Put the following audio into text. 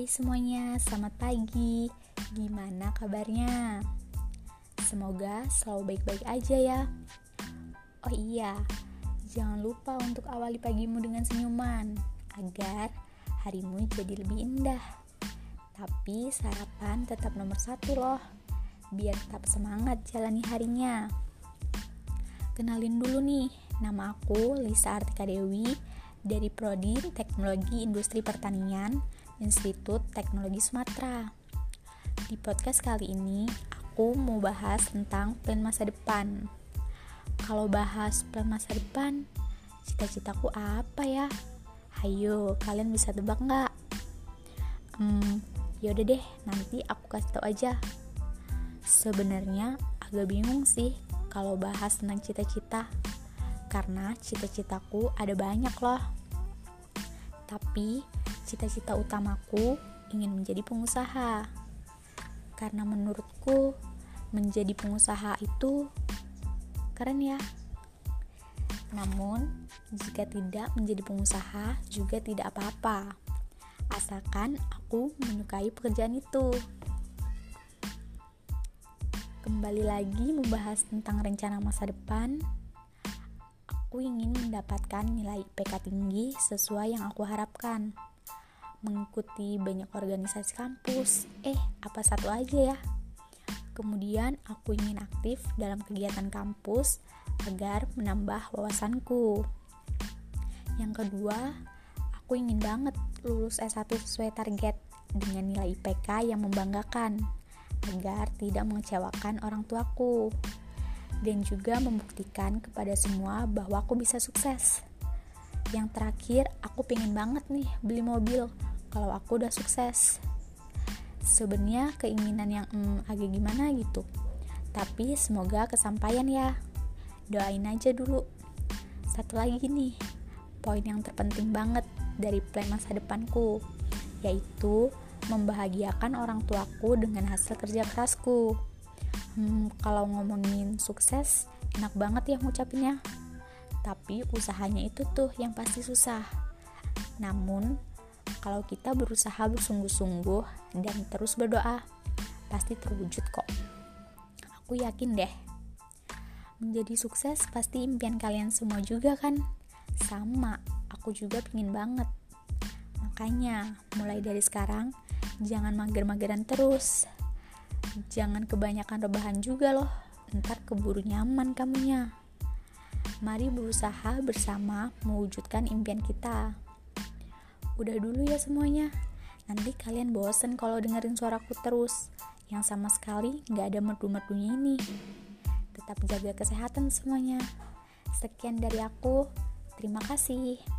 semuanya, selamat pagi. Gimana kabarnya? Semoga selalu baik-baik aja ya. Oh iya, jangan lupa untuk awali pagimu dengan senyuman agar harimu jadi lebih indah. Tapi sarapan tetap nomor 1 loh, biar tetap semangat jalani harinya. Kenalin dulu nih, nama aku Lisa Artika Dewi dari Prodi Teknologi Industri Pertanian, Institut Teknologi Sumatera. Di podcast kali ini, aku mau bahas tentang plan masa depan. Kalau bahas plan masa depan, cita-citaku apa ya? Hayo, kalian bisa tebak nggak? Yaudah deh, nanti aku kasih tau aja. Sebenarnya agak bingung sih kalau bahas tentang cita-cita, karena cita-citaku ada banyak loh. Tapi cita-cita utamaku ingin menjadi pengusaha. Karena menurutku menjadi pengusaha itu keren ya. Namun jika tidak menjadi pengusaha juga tidak apa-apa, asalkan aku menyukai pekerjaan itu. Kembali lagi membahas tentang rencana masa depan. Aku ingin mendapatkan nilai IPK tinggi sesuai yang aku harapkan. Mengikuti banyak organisasi kampus. Apa satu aja ya. Kemudian aku ingin aktif dalam kegiatan kampus agar menambah wawasanku. Yang kedua, aku ingin banget lulus S1 sesuai target dengan nilai IPK yang membanggakan agar tidak mengecewakan orang tuaku, dan juga membuktikan kepada semua bahwa aku bisa sukses. Yang terakhir, aku pengen banget nih beli mobil kalau aku udah sukses. Sebenarnya keinginan yang agak gimana gitu, tapi semoga kesampaian ya. Doain aja dulu. Satu lagi nih, poin yang terpenting banget dari plan masa depanku, yaitu membahagiakan orang tuaku dengan hasil kerja kerasku. Kalau ngomongin sukses, enak banget ya ngucapinnya. Tapi usahanya itu tuh yang pasti susah. Namun, kalau kita berusaha bersungguh-sungguh dan terus berdoa, pasti terwujud kok. Aku yakin deh. Menjadi sukses pasti impian kalian semua juga kan? Sama, aku juga pengen banget. Makanya, mulai dari sekarang, jangan mager-mageran terus. Jangan kebanyakan rebahan juga loh, ntar keburu nyaman kamunya. Mari berusaha bersama mewujudkan impian kita. Udah dulu ya semuanya. Nanti kalian bosen kalau dengerin suaraku terus, yang sama sekali gak ada merdu-merdunya ini. Tetap jaga kesehatan semuanya. Sekian dari aku, terima kasih.